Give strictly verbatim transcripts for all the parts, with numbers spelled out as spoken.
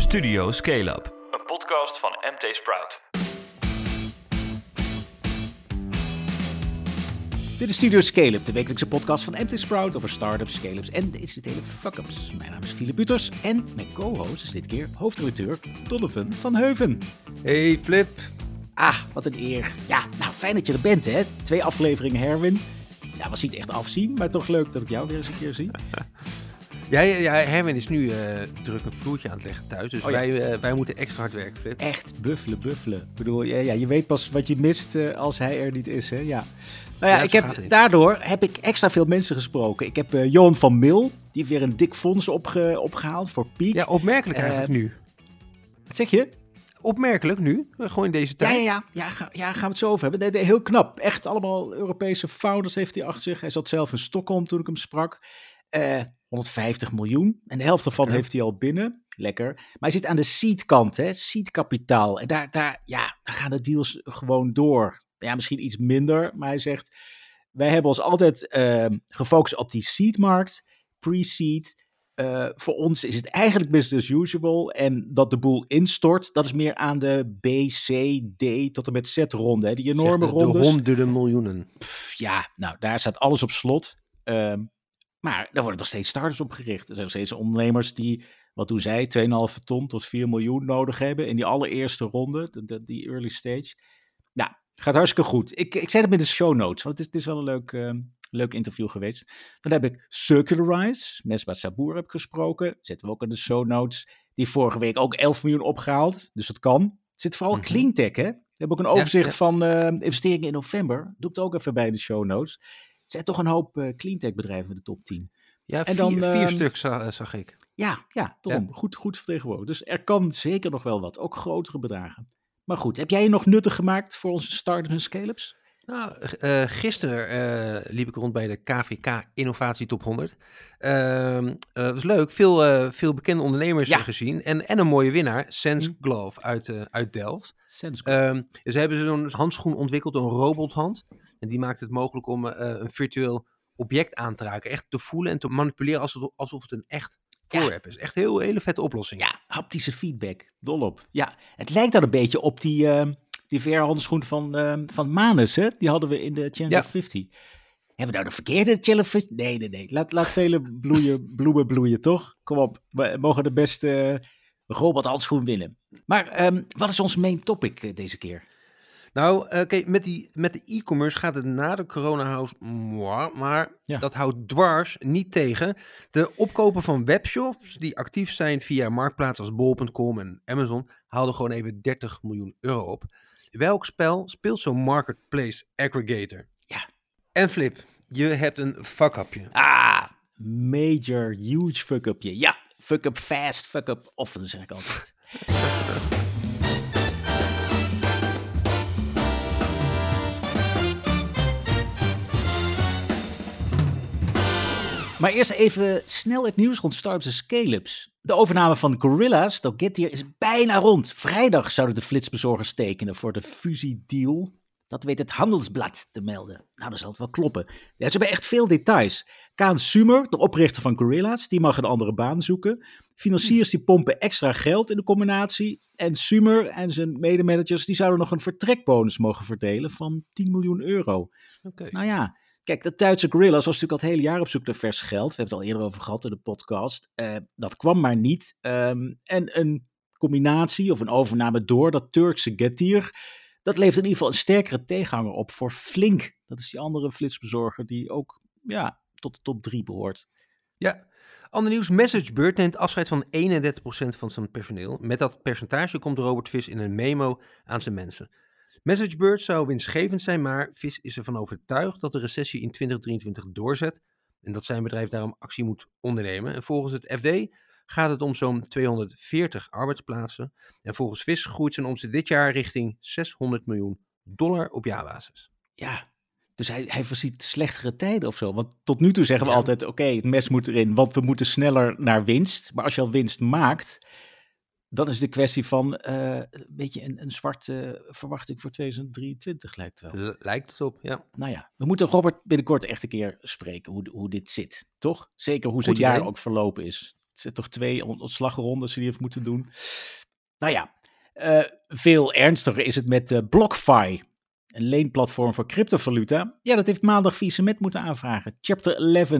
Studio Scale-Up, een podcast van M T Sprout. Dit is Studio Scale-Up, de wekelijkse podcast van M T Sprout over start-ups, scale-ups en digitale fuck-ups. Mijn naam is Philip Buters en mijn co-host is dit keer hoofdredacteur Donovan van Heuven. Hey Flip. Ah, wat een eer. Ja, nou fijn dat je er bent hè. Twee afleveringen Herwin. Ja, was niet echt afzien, maar toch leuk dat ik jou weer eens een keer zie. Ja, ja, ja, Herwin is nu uh, druk een vloertje aan het leggen thuis, dus oh, ja. wij, uh, wij moeten extra hard werken, Flip. Echt buffelen, buffelen. Ik bedoel, ja, ja, je weet pas wat je mist uh, als hij er niet is, hè? Ja. Nou ja, ja ik heb, daardoor heb ik extra veel mensen gesproken. Ik heb uh, Johan van Mil, die heeft weer een dik fonds opge, opgehaald voor Peak. Ja, opmerkelijk eigenlijk uh, nu. Wat zeg je? Opmerkelijk nu, gewoon in deze tijd. Ja, ja, ja, ja, ga, ja gaan we het zo over hebben. Nee, nee, heel knap. Echt allemaal Europese founders heeft hij achter zich. Hij zat zelf in Stockholm toen ik hem sprak. Uh, honderdvijftig miljoen. En de helft daarvan okay. heeft hij al binnen. Lekker. Maar hij zit aan de seed kant, hè. Seed kapitaal. En daar, daar, ja, daar gaan de deals gewoon door. Ja, misschien iets minder. Maar hij zegt, wij hebben ons altijd uh, gefocust op die seedmarkt. Pre-seed. Uh, voor ons is het eigenlijk business as usual. En dat de boel instort, dat is meer aan de B, C, D tot en met Z-ronde. Hè. Die enorme de, rondes. De honderden miljoenen. Pff, ja, nou, daar staat alles op slot. Uh, maar daar worden nog steeds starters op gericht. Er zijn nog steeds ondernemers die, wat doen zij, twee komma vijf ton tot vier miljoen nodig hebben in die allereerste ronde, de, de, die early stage. Nou, gaat hartstikke goed. Ik, ik zet hem in de show notes, want het is, het is wel een leuk, uh, leuk interview geweest. Dan heb ik Circularize, Mesbah Sabour heb ik gesproken. Zetten we ook in de show notes. Die vorige week ook elf miljoen opgehaald, dus dat kan. Het zit vooral mm-hmm. cleantech, hè. We hebben ook een overzicht ja, ja. van uh, investeringen in november. Doe ik het ook even bij in de show notes. Er zijn toch een hoop uh, cleantech bedrijven in de top tien. Ja, en dan, vier, vier uh, stuk zag, zag ik. Ja, ja, daarom. Ja. Goed, goed vertegenwoordigd. Dus er kan zeker nog wel wat. Ook grotere bedragen. Maar goed, heb jij je nog nuttig gemaakt voor onze startups en scale-ups? Nou, uh, gisteren uh, liep ik rond bij de K V K Innovatie Top honderd. Uh, uh, dat was leuk. Veel, uh, veel bekende ondernemers ja. gezien. En, en een mooie winnaar, Sense Glove uit, uh, uit Delft. Sense Glove. Uh, ze hebben zo'n handschoen ontwikkeld, een robothand. En die maakt het mogelijk om uh, een virtueel object aan te raken. Echt te voelen en te manipuleren alsof, alsof het een echt voorwerp ja. is. Echt een heel, hele vette oplossing. Ja, haptische feedback. Dol op. Ja, het lijkt dan een beetje op die, uh, die V R-handschoen van, uh, van Manus. Hè? Die hadden we in de Challenger ja. vijftig. Hebben we nou de verkeerde Challenger vijftig? Nee, nee, nee. Laat, laat vele bloeien, bloemen bloeien, toch? Kom op. We mogen de beste uh, robothandschoen winnen. Maar um, wat is ons main topic uh, deze keer? Nou, oké, okay, met, die, met de e-commerce gaat het na de coronahouse, maar ja. dat houdt dwars niet tegen. De opkopen van webshops die actief zijn via marktplaatsen als bol punt com en Amazon haalden gewoon even dertig miljoen euro op. Welk spel speelt zo'n marketplace aggregator? Ja. En Flip, je hebt een fuck-upje. Ah, major, huge fuck-upje. Ja, fuck-up fast, fuck-up often, zeg ik altijd. Maar eerst even snel het nieuws rond startups en scale-ups. De overname van Gorillas door Getir is bijna rond. Vrijdag zouden de flitsbezorgers tekenen voor de fusiedeal. Dat weet het Handelsblad te melden. Nou, dat zal het wel kloppen. Ja, ze hebben echt veel details. Kaan Sumer, de oprichter van Gorillas, die mag een andere baan zoeken. Financiers die pompen extra geld in de combinatie. En Sumer en zijn medemanagers die zouden nog een vertrekbonus mogen verdelen van tien miljoen euro. Okay. Nou ja. Kijk, de Duitse Gorillas was natuurlijk al het hele jaar op zoek naar vers geld. We hebben het al eerder over gehad in de podcast. Uh, dat kwam maar niet. Um, en een combinatie of een overname door dat Turkse Getir, dat levert in ieder geval een sterkere tegenhanger op voor Flink. Dat is die andere flitsbezorger die ook ja, tot de top drie behoort. Ja, ander nieuws. MessageBird neemt afscheid van eenendertig procent van zijn personeel. Met dat percentage komt Robert Vis in een memo aan zijn mensen. MessageBird zou winstgevend zijn, maar Vis is ervan overtuigd dat de recessie in twintig drieëntwintig doorzet en dat zijn bedrijf daarom actie moet ondernemen. En volgens het F D gaat het om zo'n tweehonderdveertig arbeidsplaatsen. En volgens Vis groeit zijn omzet dit jaar richting zeshonderd miljoen dollar op jaarbasis. Ja, dus hij, hij voorziet slechtere tijden of zo. Want tot nu toe zeggen we ja. altijd, oké, okay, het mes moet erin, want we moeten sneller naar winst. Maar als je al winst maakt, dan is de kwestie van uh, een beetje een, een zwarte verwachting voor tweeduizend drieëntwintig, lijkt wel. L- lijkt het op, ja. Nou ja, we moeten Robert binnenkort echt een keer spreken hoe, hoe dit zit, toch? Zeker hoe zijn jaar ook verlopen is. Het zijn toch twee ontslagrondes die hij heeft moeten doen. Nou ja, uh, veel ernstiger is het met uh, BlockFi. Een leenplatform voor cryptovaluta. Ja, dat heeft maandag faillissement moeten aanvragen. Chapter elf.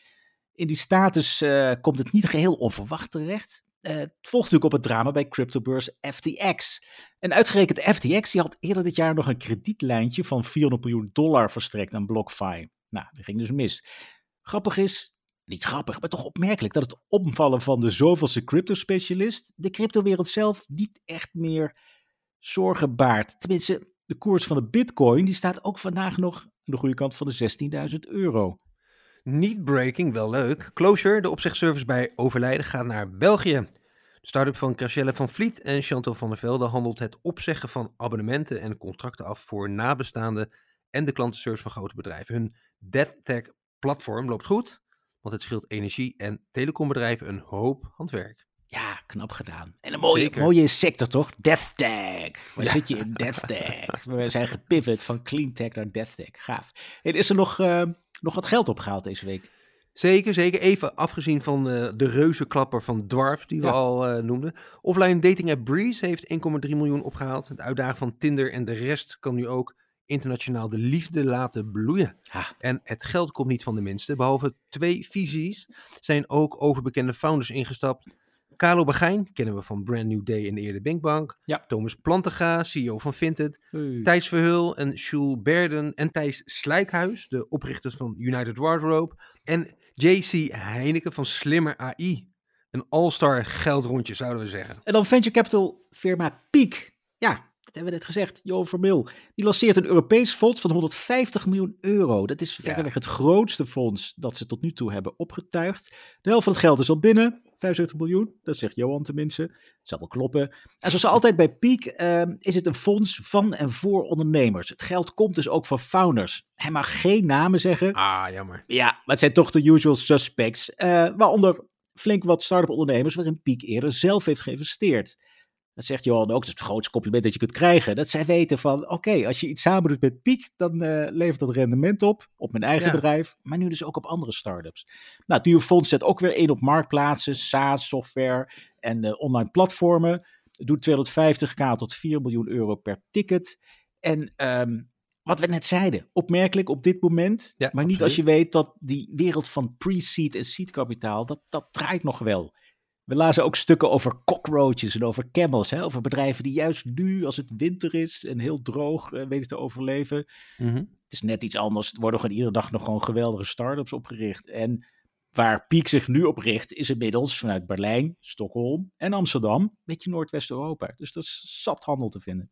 In die status uh, komt het niet geheel onverwacht terecht. Uh, het volgt natuurlijk op het drama bij cryptobeurs F T X. En uitgerekend F T X die had eerder dit jaar nog een kredietlijntje van vierhonderd miljoen dollar verstrekt aan BlockFi. Nou, dat ging dus mis. Grappig is, niet grappig, maar toch opmerkelijk dat het omvallen van de zoveelste crypto-specialist de cryptowereld zelf niet echt meer zorgen baart. Tenminste, de koers van de bitcoin die staat ook vandaag nog aan de goede kant van de zestienduizend euro. Niet breaking, wel leuk. Closure, de opzegservice bij overlijden, gaat naar België. De start-up van Crachelle van Vliet en Chantal van der Velde handelt het opzeggen van abonnementen en contracten af voor nabestaanden en de klantenservice van grote bedrijven. Hun DeathTech-platform loopt goed, want het scheelt energie- en telecombedrijven een hoop handwerk. Ja, knap gedaan. En een mooie, mooie sector toch? DeathTech. Waar ja. zit je in DeathTech? We zijn gepivot van cleantech naar DeathTech. Gaaf. En is er nog, uh, nog wat geld opgehaald deze week? Zeker, zeker. Even afgezien van uh, de reuzenklapper van Dwarf, die we ja. al uh, noemden. Offline dating app Breeze heeft één komma drie miljoen opgehaald. Het uitdagen van Tinder en de rest kan nu ook internationaal de liefde laten bloeien. Ha. En het geld komt niet van de minste. Behalve twee visies zijn ook overbekende founders ingestapt. Carlo Bagijn, kennen we van Brand New Day en de Eerder Bankbank. Ja. Thomas Plantega, C E O van Vinted. Hey. Thijs Verheul en Jules Berden en Thijs Slijkhuis, de oprichters van United Wardrobe. En J C Heineken van Slimmer A I. Een all-star geldrondje, zouden we zeggen. En dan venture capital firma Peak. Ja, dat hebben we net gezegd. Johan Vermil. Die lanceert een Europees fonds van honderdvijftig miljoen euro. Dat is verreweg ja. het grootste fonds dat ze tot nu toe hebben opgetuigd. De helft van het geld is al binnen. vijfenzeventig miljoen, dat zegt Johan tenminste. Dat zal wel kloppen. En zoals altijd bij Peak uh, is het een fonds van en voor ondernemers. Het geld komt dus ook van founders. Hij mag geen namen zeggen. Ah, jammer. Ja, maar het zijn toch de usual suspects. Uh, waaronder flink wat start-up ondernemers waarin Peak eerder zelf heeft geïnvesteerd. Dat zegt Johan ook, dat is het grootste compliment dat je kunt krijgen. Dat zij weten van, oké, okay, als je iets samen doet met Peak, dan uh, levert dat rendement op, op mijn eigen ja. bedrijf, maar nu dus ook op andere start-ups. Nou, het nieuwe fonds zet ook weer in op marktplaatsen, SaaS, software en uh, online platformen. Het doet tweehonderdvijftigduizend tot vier miljoen euro per ticket. En um, wat we net zeiden, opmerkelijk op dit moment, ja, maar niet absoluut. Als je weet dat die wereld van pre-seed en seed kapitaal, dat, dat draait nog wel. We lazen ook stukken over cockroaches en over camels. Hè? Over bedrijven die juist nu, als het winter is en heel droog, uh, weten te overleven. Mm-hmm. Het is net iets anders. Er worden gewoon iedere dag nog gewoon geweldige start-ups opgericht. En waar Peak zich nu op richt, is inmiddels vanuit Berlijn, Stockholm en Amsterdam, een beetje Noordwest-Europa. Dus dat is zat handel te vinden.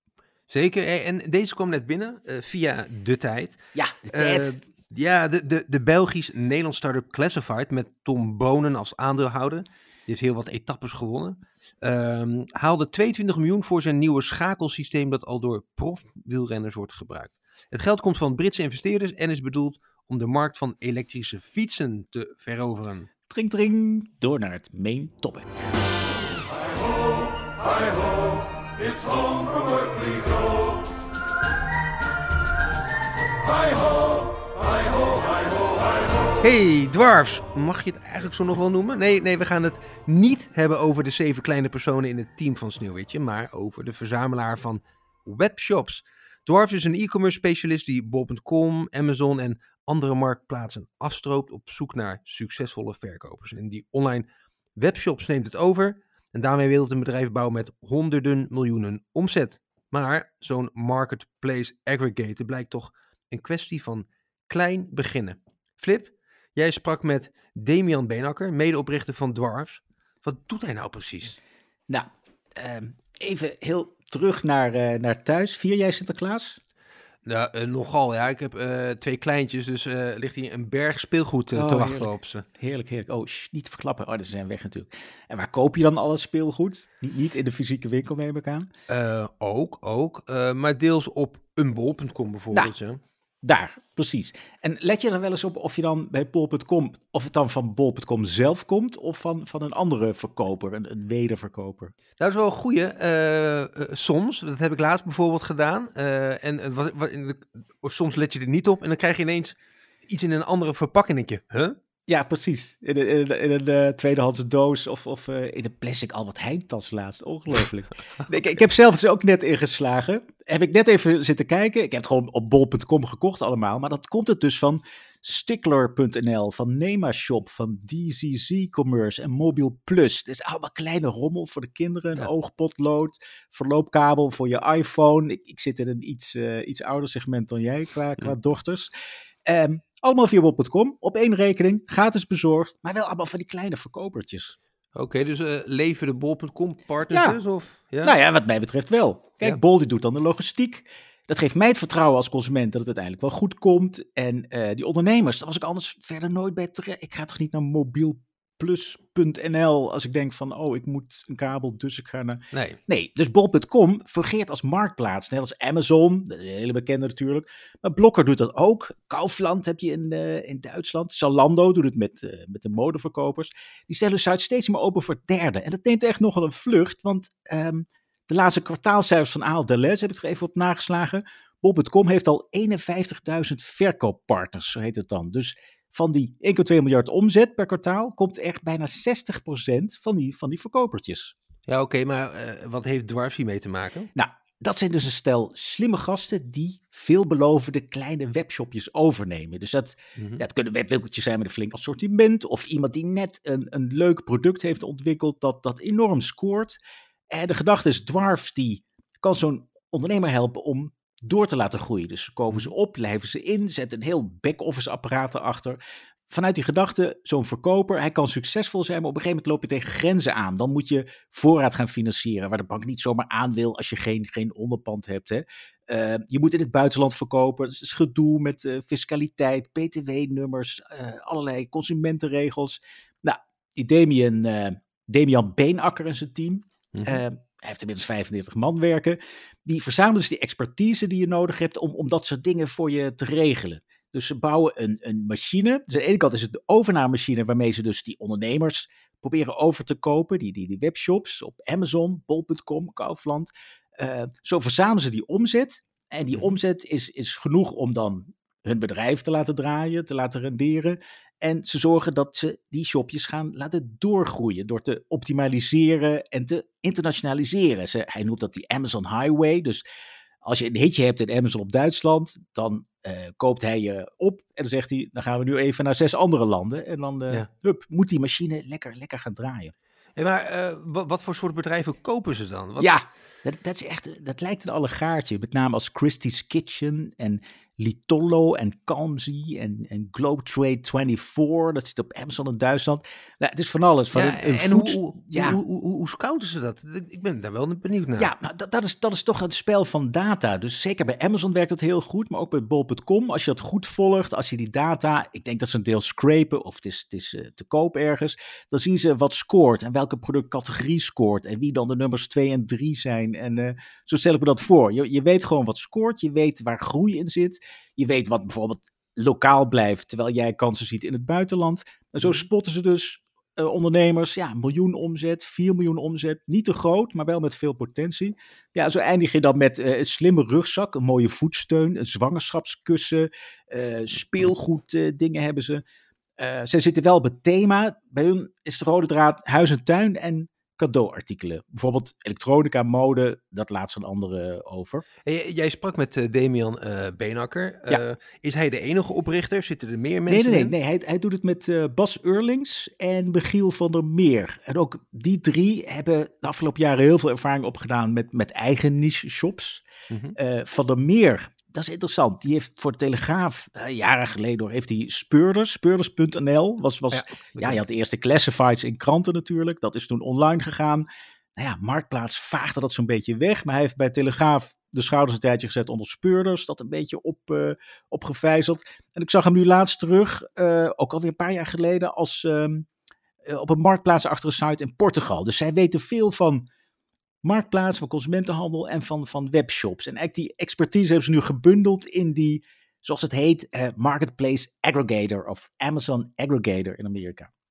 Zeker. En deze kwam net binnen uh, via De Tijd. Ja, De Tijd. Uh, ja, de, de, de Belgisch-Nederlands start-up Classified met Tom Bonen als aandeelhouder. Die heeft heel wat etappes gewonnen. Um, haalde tweeëntwintig miljoen voor zijn nieuwe schakelsysteem dat al door profwielrenners wordt gebruikt. Het geld komt van Britse investeerders en is bedoeld om de markt van elektrische fietsen te veroveren. Tring, tring. Door naar het main topic. Hi ho, hi ho, it's home from work we go. Hi ho, hi ho, hi ho, hi ho. Hey, dwarfs, mag je het eigenlijk zo nog wel noemen? Nee, nee, we gaan het niet hebben over de zeven kleine personen in het team van Sneeuwwitje, maar over de verzamelaar van webshops. Dwarfs is een e-commerce specialist die bol punt com, Amazon en andere marktplaatsen afstroopt op zoek naar succesvolle verkopers. En die online webshops neemt het over en daarmee wil het een bedrijf bouwen met honderden miljoenen omzet. Maar zo'n marketplace aggregator blijkt toch een kwestie van klein beginnen. Flip, jij sprak met Damian Beenakker, medeoprichter van Dwarfs. Wat doet hij nou precies? Nou, uh, even heel terug naar, uh, naar thuis. Vier jij Sinterklaas? Nou, uh, nogal ja. Ik heb uh, twee kleintjes, dus uh, ligt hier een berg speelgoed uh, oh, te wachten op ze. Heerlijk, heerlijk. Oh, sh, niet verklappen. Oh, ze zijn weg natuurlijk. En waar koop je dan alles speelgoed? Niet, niet in de fysieke winkel, neem ik aan? Uh, ook, ook. Uh, maar deels op een bol punt com bijvoorbeeld, nou, ja. Daar, precies. En let je er wel eens op of je dan bij bol punt com, of het dan van bol punt com zelf komt of van, van een andere verkoper, een, een wederverkoper? Dat is wel een goeie. Uh, uh, soms, dat heb ik laatst bijvoorbeeld gedaan. Uh, en uh, wat, wat, in de, of soms let je er niet op en dan krijg je ineens iets in een andere verpakking en denk je, huh? Ja, precies. In een, in een, in een uh, tweedehands doos of, of uh, in een plastic Albert Heijn tas laatst. Ongelooflijk. okay. ik, ik heb zelf dus ook net ingeslagen. Heb ik net even zitten kijken. Ik heb het gewoon op bol punt com gekocht allemaal. Maar dat komt het dus van Stickler punt n l, van Nema Shop, van D Z Z Commerce en Mobiel Plus. Het is allemaal kleine rommel voor de kinderen. Een ja. oogpotlood, verloopkabel voor je iPhone. Ik, ik zit in een iets, uh, iets ouder segment dan jij qua, qua ja. dochters. Um, allemaal via bol punt com, op één rekening, gratis bezorgd, maar wel allemaal van die kleine verkopertjes. Oké, okay, dus uh, leven de bol punt com partners ja. dus? Of? Ja. Nou ja, wat mij betreft wel. Kijk, ja. Bol die doet dan de logistiek. Dat geeft mij het vertrouwen als consument dat het uiteindelijk wel goed komt. En uh, die ondernemers, daar was ik anders verder nooit bij terecht. Ik ga toch niet naar mobiel plus punt n l als ik denk van, oh, ik moet een kabel, dus ik ga naar... Nee. Nee, dus bol punt com fungeert als marktplaats, net als Amazon, de hele bekende natuurlijk. Maar Blokker doet dat ook. Kaufland heb je in, uh, in Duitsland. Zalando doet het met, uh, met de modeverkopers. Die stellen site steeds meer open voor derden. En dat neemt echt nogal een vlucht, want um, de laatste kwartaalcijfers van Ahold Delhaize heb ik er even op nageslagen. bol punt com heeft al eenenvijftigduizend verkooppartners, zo heet het dan. Dus van die één komma twee miljard omzet per kwartaal komt echt bijna zestig procent van die, van die verkopertjes. Ja, oké, okay, maar uh, wat heeft Dwarfs hiermee te maken? Nou, dat zijn dus een stel slimme gasten die veelbelovende kleine webshopjes overnemen. Dus dat, mm-hmm. dat kunnen webwinkeltjes zijn met een flink assortiment, of iemand die net een, een leuk product heeft ontwikkeld dat, dat enorm scoort. En de gedachte is, Dwarfs die kan zo'n ondernemer helpen om door te laten groeien. Dus kopen ze op, lijven ze in, zetten een heel back-office apparaat erachter. Vanuit die gedachte, zo'n verkoper, hij kan succesvol zijn, maar op een gegeven moment loop je tegen grenzen aan. Dan moet je voorraad gaan financieren, waar de bank niet zomaar aan wil als je geen, geen onderpand hebt. Hè. Uh, je moet in het buitenland verkopen, dus het is gedoe met uh, fiscaliteit, B T W-nummers, uh, allerlei consumentenregels. Nou, die Damian, uh, Damian Beenakker en zijn team, mm-hmm. uh, hij heeft inmiddels vijfendertig man werken. Die verzamelen dus die expertise die je nodig hebt om, om dat soort dingen voor je te regelen. Dus ze bouwen een, een machine. Dus aan de ene kant is het de overnamemachine waarmee ze dus die ondernemers proberen over te kopen. Die, die, die webshops op Amazon, bol punt com, Kaufland. Uh, zo verzamelen ze die omzet. En die omzet is, is genoeg om dan hun bedrijf te laten draaien, te laten renderen. En ze zorgen dat ze die shopjes gaan laten doorgroeien door te optimaliseren en te internationaliseren. Ze, hij noemt dat die Amazon Highway. Dus als je een hitje hebt in Amazon op Duitsland, dan uh, koopt hij je op en dan zegt hij, dan gaan we nu even naar zes andere landen. En dan uh, ja. hup, moet die machine lekker, lekker gaan draaien. Hey, maar uh, wat, wat voor soort bedrijven kopen ze dan? Wat... Ja, dat, dat, is echt, dat lijkt een allegaartje. Met name als Christie's Kitchen en Litollo en Calmsy en, en Globetrade eenentwintig. Dat zit op Amazon in Duitsland. Nou, het is van alles. Van ja, een, een en voed... hoe, hoe, ja. hoe, hoe, hoe, hoe scouten ze dat? Ik ben daar wel benieuwd naar. Ja, nou, dat, dat, is, dat is toch het spel van data. Dus zeker bij Amazon werkt dat heel goed, maar ook bij bol punt com. Als je dat goed volgt, als je die data, ik denk dat ze een deel scrapen of het is, het is uh, te koop ergens, dan zien ze wat scoort en welke productcategorie scoort en wie dan de nummers twee en drie zijn. En uh, zo stel ik me dat voor. Je, je weet gewoon wat scoort, je weet waar groei in zit. Je weet wat bijvoorbeeld lokaal blijft, terwijl jij kansen ziet in het buitenland. En zo spotten ze dus uh, ondernemers, ja, miljoen omzet, vier miljoen omzet. Niet te groot, maar wel met veel potentie. Ja, zo eindig je dan met uh, een slimme rugzak, een mooie voetsteun, een zwangerschapskussen, uh, speelgoed uh, dingen hebben ze. Uh, ze zitten wel op het thema. Bij hun is de rode draad huis en tuin en cadeauartikelen. Bijvoorbeeld elektronica, mode, dat laat ze een andere over. Hey, jij sprak met uh, Damian uh, Beenakker. Uh, ja. Is hij de enige oprichter? Zitten er meer mensen nee, nee, in? Nee, nee. Hij, hij doet het met uh, Bas Eurlings en Michiel van der Meer. En ook die drie hebben de afgelopen jaren heel veel ervaring opgedaan met, met eigen niche shops. Mm-hmm. Uh, van der Meer, dat is interessant. Die heeft voor de Telegraaf, uh, jaren geleden door, heeft hij Speurders, speurders punt n l. Was, was, ja, ja, je had de eerste classifieds in kranten natuurlijk. Dat is toen online gegaan. Nou ja, Marktplaats vaagde dat zo'n beetje weg. Maar hij heeft bij Telegraaf de schouders een tijdje gezet onder Speurders. Dat een beetje op, uh, opgevijzeld. En ik zag hem nu laatst terug, uh, ook alweer een paar jaar geleden, als um, uh, op een marktplaats achter een site in Portugal. Dus zij weten veel van Marktplaats, van consumentenhandel en van, van webshops. En eigenlijk die expertise hebben ze nu gebundeld in die, zoals het heet, uh, Marketplace Aggregator of Amazon Aggregator in Amerika.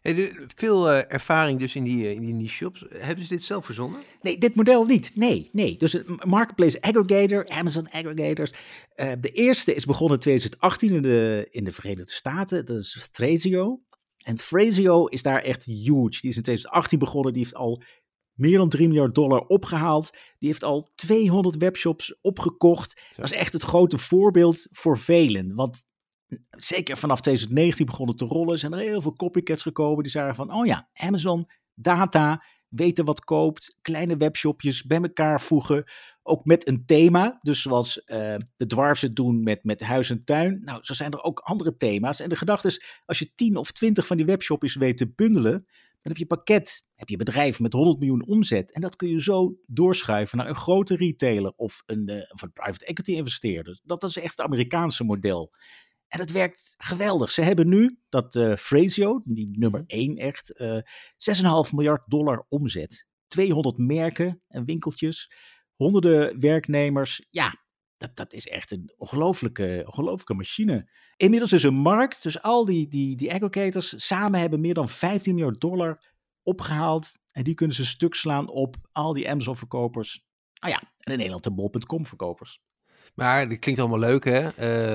Hey, de- veel uh, ervaring dus in die, uh, in die niche shops. Hebben ze dit zelf verzonnen? Nee, dit model niet. Nee, nee. Dus een marketplace aggregator, Amazon aggregators. Uh, de eerste is begonnen in twintig achttien in de, in de Verenigde Staten. Dat is Thrasio. En Thrasio is daar echt huge. Die is in twintig achttien begonnen. Die heeft al meer dan drie miljard dollar opgehaald. Die heeft al tweehonderd webshops opgekocht. Ja. Dat is echt het grote voorbeeld voor velen. Want zeker vanaf twintig negentien begonnen te rollen. Zijn er heel veel copycats gekomen. Die zagen van, oh ja, Amazon, data, weten wat koopt. Kleine webshopjes bij elkaar voegen. Ook met een thema. Dus zoals uh, de dwarfs het doen met, met huis en tuin. Nou, zo zijn er ook andere thema's. En de gedachte is, als je tien of twintig van die webshopjes weet te bundelen, dan heb je pakket, heb je bedrijf met honderd miljoen omzet. En dat kun je zo doorschuiven naar een grote retailer of een, uh, of een private equity investeerder. Dat is echt het Amerikaanse model. En het werkt geweldig. Ze hebben nu dat uh, Thrasio, die nummer één echt, uh, zes komma vijf miljard dollar omzet. tweehonderd merken en winkeltjes, honderden werknemers. Ja, dat, dat is echt een ongelooflijke, ongelooflijke machine. Inmiddels is een markt, dus al die, die, die aggregators samen hebben meer dan vijftien miljard dollar opgehaald. En die kunnen ze stuk slaan op al die Amazon-verkopers. Ah ja, en in Nederland de bol punt com-verkopers. Maar dat klinkt allemaal leuk, hè?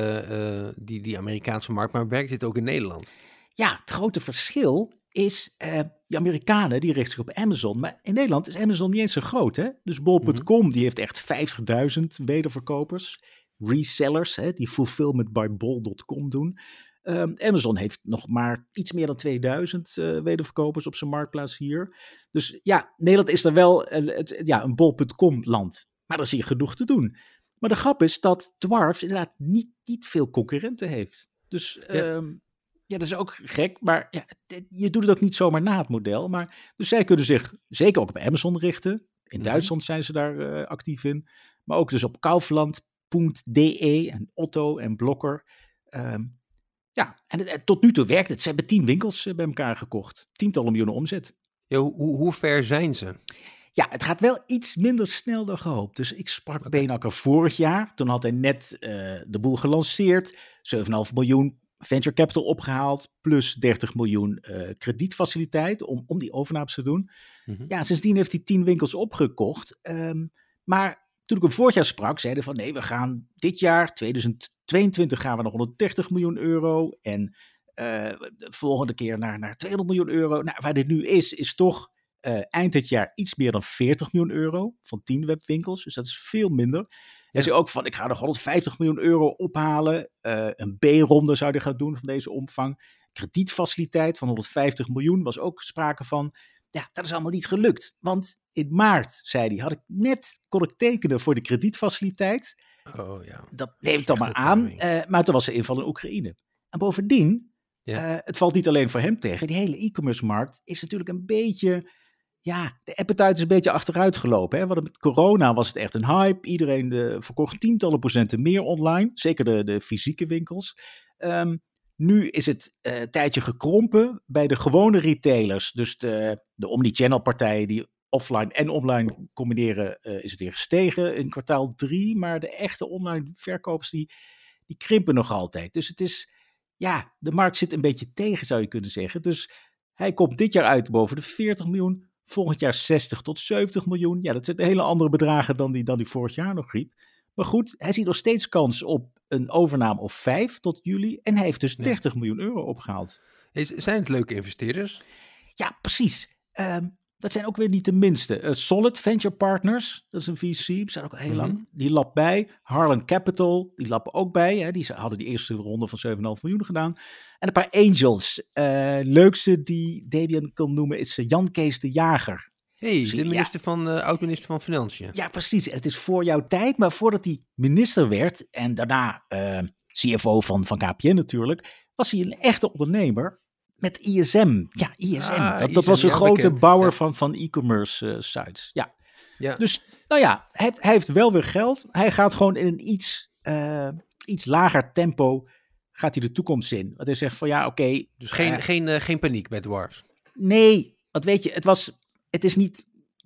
Uh, uh, die, die Amerikaanse markt. Maar werkt dit ook in Nederland? Ja, het grote verschil is, uh, die Amerikanen die richten zich op Amazon. Maar in Nederland is Amazon niet eens zo groot, hè? Dus bol punt com mm-hmm. die heeft echt vijftigduizend wederverkopers. Resellers, hè, die fulfillment by bol punt com doen. Um, Amazon heeft nog maar iets meer dan tweeduizend uh, wederverkopers op zijn marktplaats hier. Dus ja, Nederland is er wel uh, het, ja, een bol punt com land. Maar daar zie je genoeg te doen. Maar de grap is dat Dwarfs inderdaad niet, niet veel concurrenten heeft. Dus ja. Um, ja, dat is ook gek. Maar ja, je doet het ook niet zomaar na het model. Maar, dus zij kunnen zich zeker ook op Amazon richten. In mm-hmm. Duitsland zijn ze daar uh, actief in. Maar ook dus op Kaufland punt de en Otto en Blokker. Um, ja, en het, tot nu toe werkt het. Ze hebben tien winkels uh, bij elkaar gekocht. Tientallen miljoenen omzet. Ja, hoe, hoe ver zijn ze? Ja, het gaat wel iets minder snel dan gehoopt. Dus ik sprak okay. Beenhakker vorig jaar. Toen had hij net uh, de boel gelanceerd. zeven komma vijf miljoen venture capital opgehaald. Plus dertig miljoen uh, kredietfaciliteit om, om die overnames te doen. Mm-hmm. Ja, sindsdien heeft hij tien winkels opgekocht. Um, maar toen ik hem vorig jaar sprak, zeiden van nee, we gaan dit jaar, tweeduizend tweeëntwintig, gaan we naar honderddertig miljoen euro. En uh, de volgende keer naar, naar tweehonderd miljoen euro. Nou, waar dit nu is, is toch Uh, eind dit jaar iets meer dan veertig miljoen euro van tien webwinkels. Dus dat is veel minder. Ja. En zei ook van, ik ga nog honderdvijftig miljoen euro ophalen. Uh, een B-ronde zou je gaan doen van deze omvang. Kredietfaciliteit van honderdvijftig miljoen was ook sprake van. Ja, dat is allemaal niet gelukt. Want in maart, zei hij, had ik net, kon ik tekenen voor de kredietfaciliteit. Oh ja. Dat neem ik dan maar aan. Uh, maar toen was er inval in Oekraïne. En bovendien, ja. uh, het valt niet alleen voor hem tegen. Die hele e-commerce markt is natuurlijk een beetje... Ja, de appetite is een beetje achteruit gelopen. Hè? Want met corona was het echt een hype. Iedereen uh, verkocht tientallen procenten meer online. Zeker de, de fysieke winkels. Um, nu is het uh, een tijdje gekrompen bij de gewone retailers. Dus de, de omnichannel partijen die offline en online combineren, uh, is het weer gestegen in kwartaal drie. Maar de echte online verkopers die, die krimpen nog altijd. Dus het is, ja, de markt zit een beetje tegen, zou je kunnen zeggen. Dus hij komt dit jaar uit boven de veertig miljoen. Volgend jaar zestig tot zeventig miljoen. Ja, dat zijn hele andere bedragen dan die, dan die vorig jaar nog riep. Maar goed, hij ziet nog steeds kans op een overname of vijf tot juli. En hij heeft dus dertig ja. miljoen euro opgehaald. Is, zijn het leuke investeerders? Ja, precies. Um, dat zijn ook weer niet de minste. Uh, Solid Venture Partners, dat is een V C. Die zijn ook al heel mm-hmm. lang. Die lapt bij. Harlan Capital, die lappen ook bij. Hè. Die hadden die eerste ronde van zeven komma vijf miljoen gedaan. En een paar angels. Uh, leukste die Debian kan noemen is Jan Kees de Jager. Hey, de minister ja. van, uh, oud-minister van Financiën. Ja, precies. Het is voor jouw tijd, maar voordat hij minister werd en daarna uh, C F O van, van K P N natuurlijk, was hij een echte ondernemer met I S M. Ja, I S M. Ah, dat, dat I S M, was een ja, grote bekend. bouwer ja. van, van e-commerce uh, sites. Ja. ja. Dus, nou ja, hij, hij heeft wel weer geld. Hij gaat gewoon in een iets, uh, iets lager tempo gaat hij de toekomst in. Want hij zegt van ja, oké. Okay, dus geen, uh, geen, uh, geen paniek met Dwarfs? Nee, want weet je, het was, het is niet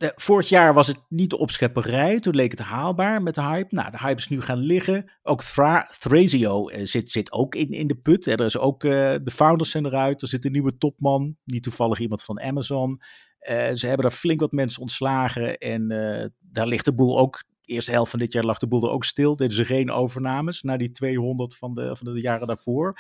de, vorig jaar was het niet de opschepperij. Toen leek het haalbaar met de hype. Nou, de hype is nu gaan liggen. Ook Thra- Thrasio uh, zit, zit ook in, in de put. Hè. Er is ook, uh, de founders zijn eruit. Er zit een nieuwe topman. Niet toevallig iemand van Amazon. Uh, ze hebben daar flink wat mensen ontslagen. En uh, daar ligt de boel ook... De eerste helft van dit jaar lag de boel er ook stil. Deden ze geen overnames. Na die tweehonderd van de, van de jaren daarvoor.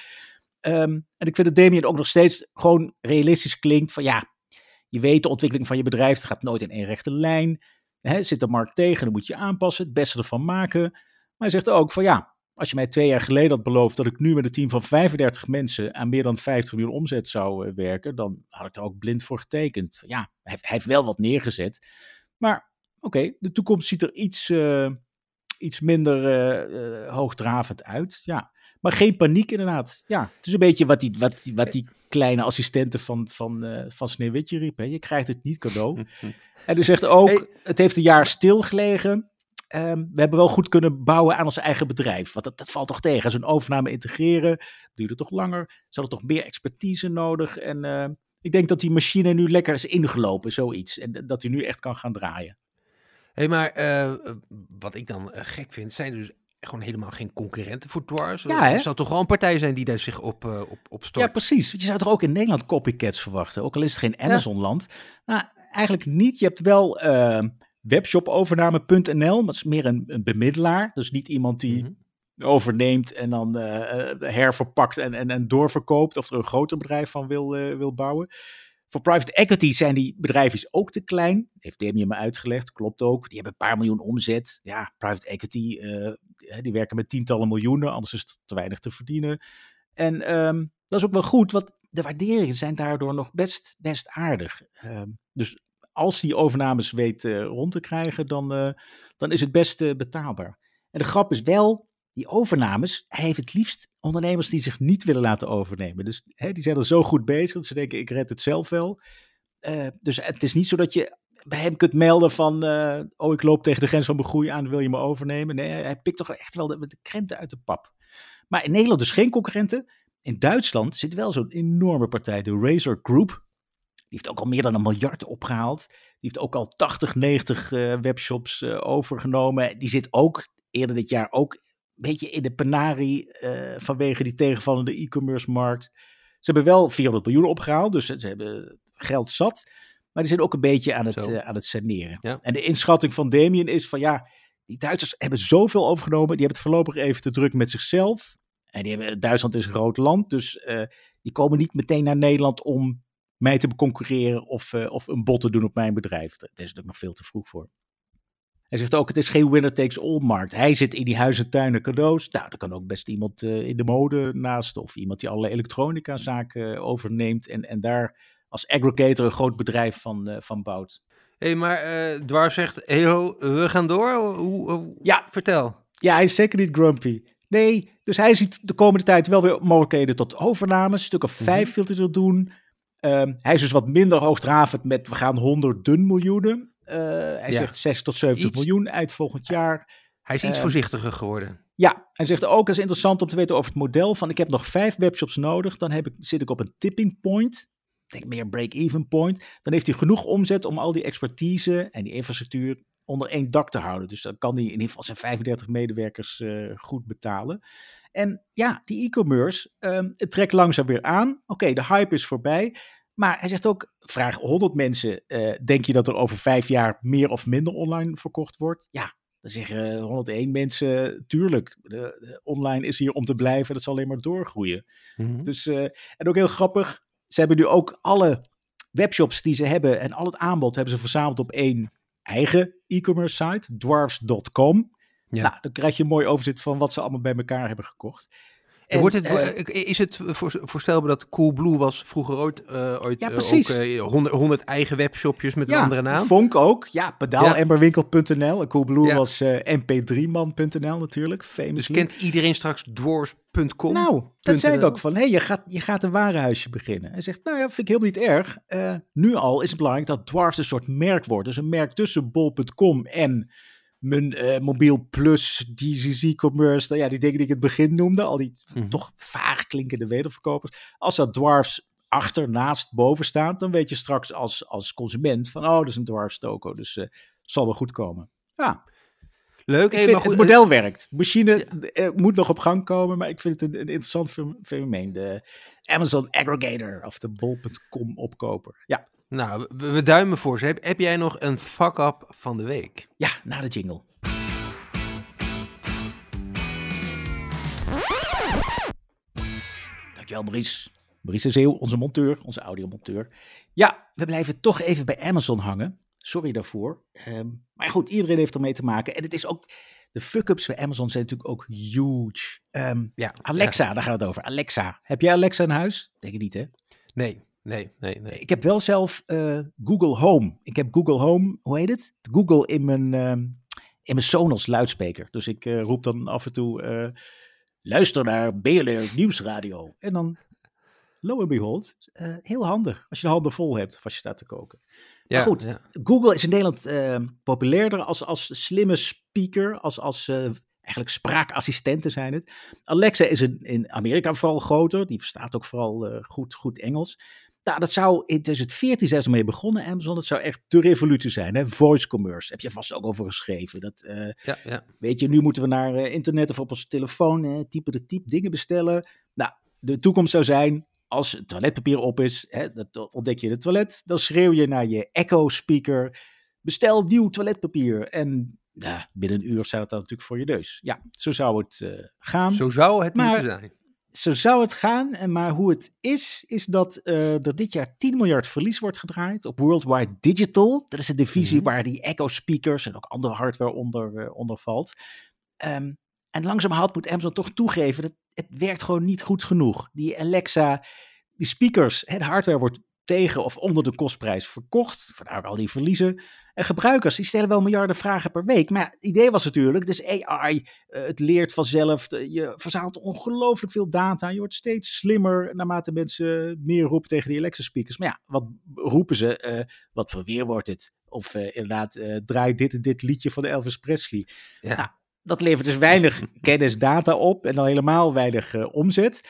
Um, en ik vind dat Damien ook nog steeds gewoon realistisch klinkt. Van ja... Je weet, de ontwikkeling van je bedrijf het gaat nooit in één rechte lijn. Hè, zit de markt tegen, dan moet je je aanpassen, het beste ervan maken. Maar hij zegt ook van ja, als je mij twee jaar geleden had beloofd dat ik nu met een team van vijfendertig mensen aan meer dan vijftig miljoen omzet zou uh, werken, dan had ik er ook blind voor getekend. Ja, hij, hij heeft wel wat neergezet. Maar oké, okay, de toekomst ziet er iets, uh, iets minder uh, uh, hoogdravend uit. Ja. Maar geen paniek inderdaad. Ja, het is een beetje wat die, wat, wat die kleine assistenten van, van, uh, van Sneeuwwitje riep. Hè. Je krijgt het niet cadeau. En hij zegt ook, hey. Het heeft een jaar stilgelegen. Um, we hebben wel goed kunnen bouwen aan ons eigen bedrijf. Want dat, dat valt toch tegen. Zo'n overname integreren duurde toch langer. Ze hadden toch meer expertise nodig. En uh, ik denk dat die machine nu lekker is ingelopen, zoiets. En dat hij nu echt kan gaan draaien. Hé, hey, maar uh, wat ik dan uh, gek vind, zijn dus gewoon helemaal geen concurrenten voor Dwarfs. Ja, er zou toch wel een partij zijn die daar zich op, uh, op, op stort. Ja, precies. Je zou toch ook in Nederland copycats verwachten. Ook al is het geen Amazon-land. Ja. Nou, eigenlijk niet. Je hebt wel uh, webshopovername punt n l. Dat is meer een, een bemiddelaar. Dus niet iemand die mm-hmm. overneemt en dan uh, herverpakt en, en, en doorverkoopt. Of er een groter bedrijf van wil, uh, wil bouwen. Voor private equity zijn die bedrijven ook te klein. Heeft Damien me uitgelegd. Klopt ook. Die hebben een paar miljoen omzet. Ja, private equity... Uh, die werken met tientallen miljoenen, anders is het te weinig te verdienen. En um, dat is ook wel goed, want de waarderingen zijn daardoor nog best, best aardig. Um, dus als die overnames weet uh, rond te krijgen, dan, uh, dan is het best uh, betaalbaar. En de grap is wel, die overnames, hij heeft het liefst ondernemers die zich niet willen laten overnemen. Dus hè, die zijn er zo goed bezig, dat ze denken, ik red het zelf wel. Uh, dus het is niet zo dat je bij hem kunt melden van, uh, oh, ik loop tegen de grens van mijn groei aan, wil je me overnemen? Nee, hij pikt toch echt wel de, de krenten uit de pap. Maar in Nederland dus geen concurrenten. In Duitsland zit wel zo'n enorme partij, de Razer Group. Die heeft ook al meer dan een miljard opgehaald. Die heeft ook al tachtig, negentig uh, webshops uh, overgenomen. Die zit ook eerder dit jaar ook een beetje in de penarie uh, vanwege die tegenvallende e-commerce markt. Ze hebben wel vierhonderd miljoen opgehaald, dus ze hebben geld zat. Maar die zijn ook een beetje aan het, uh, aan het saneren. Ja. En de inschatting van Damien is van ja, die Duitsers hebben zoveel overgenomen. Die hebben het voorlopig even te druk met zichzelf. En die hebben, Duitsland is een groot land. Dus uh, die komen niet meteen naar Nederland om mij te concurreren of, uh, of een bod te doen op mijn bedrijf. Daar is natuurlijk nog veel te vroeg voor. Hij zegt ook, het is geen winner takes all markt. Hij zit in die huizen, tuinen, cadeaus. Nou, er kan ook best iemand uh, in de mode naast. Of iemand die alle elektronica zaken uh, overneemt. En, en daar als aggregator een groot bedrijf van, uh, van bouwt. Hé, hey, maar uh, Dwarf zegt, hey ho, we gaan door. Hoe, hoe, ja. Vertel. Ja, hij is zeker niet grumpy. Nee, dus hij ziet de komende tijd wel weer mogelijkheden tot overnames. Een stuk of vijf mm-hmm. wil hij er doen. Um, hij is dus wat minder hoogdravend met, we gaan honderden miljoenen. Uh, hij ja. zegt zestig tot zeventig iets, miljoen eind volgend jaar. Hij is iets uh, voorzichtiger geworden. Ja, hij zegt ook, het is interessant om te weten over het model van, ik heb nog vijf webshops nodig, dan heb ik, zit ik op een tipping point. Ik denk meer break-even point. Dan heeft hij genoeg omzet om al die expertise en die infrastructuur onder één dak te houden. Dus dan kan hij in ieder geval zijn vijfendertig medewerkers uh, goed betalen. En ja, die e-commerce, um, het trekt langzaam weer aan. Oké, okay, de hype is voorbij. Maar hij zegt ook, vraag honderd mensen, uh, denk je dat er over vijf jaar meer of minder online verkocht wordt? Ja, dan zeggen honderdéén mensen, tuurlijk, de, de online is hier om te blijven, dat zal alleen maar doorgroeien. Mm-hmm. Dus, uh, en ook heel grappig, ze hebben nu ook alle webshops die ze hebben en al het aanbod hebben ze verzameld op één eigen e-commerce site, dwarfs dot com. Ja. Nou, dan krijg je een mooi overzicht van wat ze allemaal bij elkaar hebben gekocht. En, wordt het, uh, is het voorstelbaar dat Coolblue was vroeger ooit, uh, ooit ja, precies. ook uh, honderd, honderd eigen webshopjes met ja, een andere naam? Vonk ook. Ja, pedaalemberwinkel punt n l. En Coolblue ja. was uh, m p drie man punt n l natuurlijk. Famously. Dus kent iedereen straks dwarfs punt com? Nou, dat zei ik ook van, hé, hey, je, gaat, je gaat een warenhuisje beginnen. Hij zegt, nou ja, vind ik helemaal niet erg. Uh, nu al is het belangrijk dat Dwarfs een soort merk wordt. Dus een merk tussen bol punt com en mijn uh, mobiel plus, D C C-commerce, nou ja, die dingen die ik in het begin noemde, al die mm-hmm. toch vaag klinkende wederverkopers. Als dat Dwarfs achter, naast, boven staat, dan weet je straks als, als consument van, oh, dat is een dwarf toko, dus uh, zal wel goed komen. Ja. Leuk. Ik Hey, vind, maar goed, het model werkt. De machine Ja. uh, moet nog op gang komen, maar ik vind het een, een interessant fenomeen. De Amazon aggregator of de bol punt com opkoper. Ja. Nou, we, we duimen voor ze. Heb, heb jij nog een fuck-up van de week? Ja, na de jingle. Dankjewel, Maurice. Maurice de Zeeuw, onze monteur, onze audiomonteur. Ja, we blijven toch even bij Amazon hangen. Sorry daarvoor. Um, maar goed, iedereen heeft ermee te maken. En het is ook, de fuck-ups bij Amazon zijn natuurlijk ook huge. Um, Ja, Alexa, ja. daar gaat het over. Alexa. Heb jij Alexa in huis? Denk ik niet, hè? Nee, nee, nee, nee. Ik heb wel zelf uh, Google Home. Ik heb Google Home, hoe heet het? Google in mijn, um, in mijn Sonos luidspreker. Dus ik uh, roep dan af en toe, uh, luister naar B N R Nieuwsradio. En dan, lo and behold, uh, heel handig. Als je de handen vol hebt of als je staat te koken. Ja, maar goed, ja. Google is in Nederland uh, populairder als, als slimme speaker, als, als uh, eigenlijk spraakassistenten zijn het. Alexa is in, in Amerika vooral groter, die verstaat ook vooral uh, goed, goed Engels. Nou, dat zou in twintig veertien zijn ze mee begonnen, Amazon. Dat zou echt de revolutie zijn, hè? Voice commerce, heb je vast ook over geschreven. Dat, uh, Ja, ja. weet je, nu moeten we naar uh, internet of op onze telefoon uh, typen de type dingen bestellen. Nou, de toekomst zou zijn, als het toiletpapier op is, hè, dat ontdek je in het toilet, dan schreeuw je naar je Echo-speaker, bestel nieuw toiletpapier. En ja, binnen een uur staat het dan natuurlijk voor je neus. Ja, zo zou het uh, gaan. Zo zou het Maar- moeten zijn. Zo zou het gaan, en maar hoe het is, is dat uh, er dit jaar tien miljard verlies wordt gedraaid op Worldwide Digital. Dat is een divisie Mhm. waar die Echo-speakers en ook andere hardware onder, uh, onder valt. Um, en langzamerhand moet Amazon toch toegeven dat het werkt gewoon niet goed genoeg. Die Alexa, die speakers, hè, de hardware wordt tegen of onder de kostprijs verkocht. Vandaar al die verliezen. En gebruikers, die stellen wel miljarden vragen per week. Maar ja, het idee was natuurlijk, dus A I, uh, het leert vanzelf. De, je verzamelt ongelooflijk veel data. Je wordt steeds slimmer naarmate mensen meer roepen tegen die Alexa speakers. Maar ja, wat roepen ze? Uh, wat voor weer wordt het? Of uh, inderdaad, uh, draai dit en dit liedje van Elvis Presley. Ja. Nou, dat levert dus weinig kennis, data op en dan helemaal weinig uh, omzet.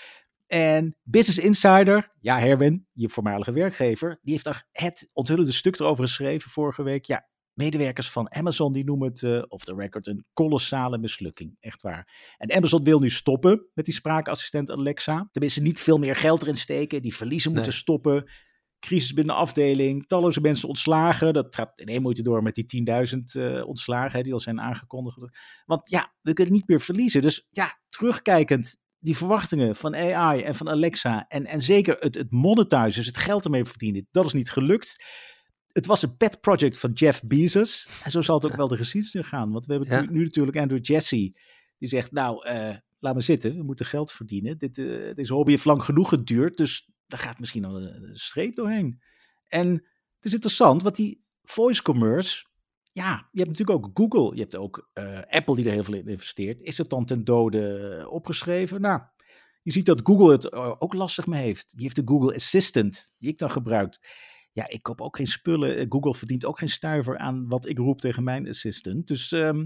En Business Insider, ja Herwin, je voormalige werkgever, die heeft daar het onthullende stuk erover geschreven vorige week. Ja, medewerkers van Amazon die noemen het uh, off the record een kolossale mislukking, echt waar. En Amazon wil nu stoppen met die spraakassistent Alexa. Tenminste niet veel meer geld erin steken, die verliezen moeten Nee. stoppen. Crisis binnen de afdeling, talloze mensen ontslagen. Dat gaat in één moeite door met die tienduizend uh, ontslagen hè, die al zijn aangekondigd. Want ja, we kunnen niet meer verliezen. Dus ja, terugkijkend, die verwachtingen van A I en van Alexa en, en zeker het, het monetizen, dus het geld ermee verdienen, dat is niet gelukt. Het was een pet project van Jeff Bezos. En zo zal het ook wel de geschiedenis gaan. Want we hebben Ja. nu, nu natuurlijk Andrew Jassy, die zegt, nou, uh, laat maar zitten, we moeten geld verdienen. Dit, uh, deze hobby heeft lang genoeg geduurd, dus daar gaat misschien al een, een streep doorheen. En het is interessant, want die voice commerce, ja, je hebt natuurlijk ook Google, je hebt ook uh, Apple die er heel veel in investeert. Is het dan ten dode opgeschreven? Nou, je ziet dat Google het uh, ook lastig mee heeft. Die heeft de Google Assistant, die ik dan gebruik. Ja, ik koop ook geen spullen. Google verdient ook geen stuiver aan wat ik roep tegen mijn assistant. Dus um,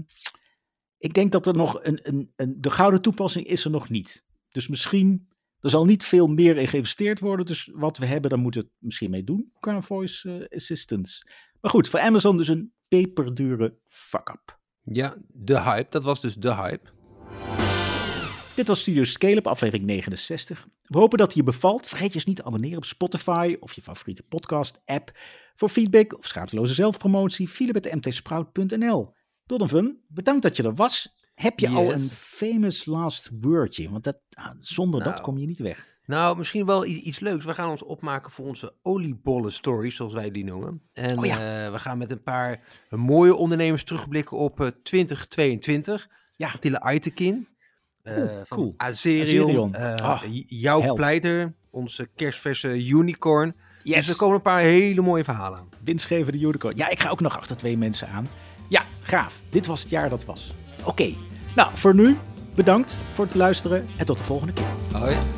ik denk dat er nog een, een, een... De gouden toepassing is er nog niet. Dus misschien... Er zal niet veel meer in geïnvesteerd worden. Dus wat we hebben, daar moeten we het misschien mee doen. Qua voice uh, assistants. Maar goed, voor Amazon dus een peperdure fuck-up. Ja, de hype. Dat was dus de hype. Dit was Studio Scale-up, aflevering negenenzestig. We hopen dat het je bevalt. Vergeet je eens niet te abonneren op Spotify of je favoriete podcast-app. Voor feedback of schaamteloze zelfpromotie, philip at m t sprout punt n l. Donovan, bedankt dat je er was. Heb je Yes. al een famous last wordje? Want dat, ah, zonder Nou. dat kom je niet weg. Nou, misschien wel i- iets leuks. We gaan ons opmaken voor onze oliebollen stories, zoals wij die noemen. En Oh ja. uh, we gaan met een paar uh, mooie ondernemers terugblikken op uh, twintig tweeëntwintig. Ja. Attila Aytekin, uh, Oeh, van cool. Azerion, Azerion. uh, Ah, j- jouw held. pleiter, onze kerstverse unicorn. Dus Yes, er komen een paar hele mooie verhalen aan. winstgevende unicorn. Ja, ik ga ook nog achter twee mensen aan. Ja, gaaf. Dit was het jaar dat was. Oké. Okay. Nou, voor nu, bedankt voor het luisteren en tot de volgende keer. Hoi.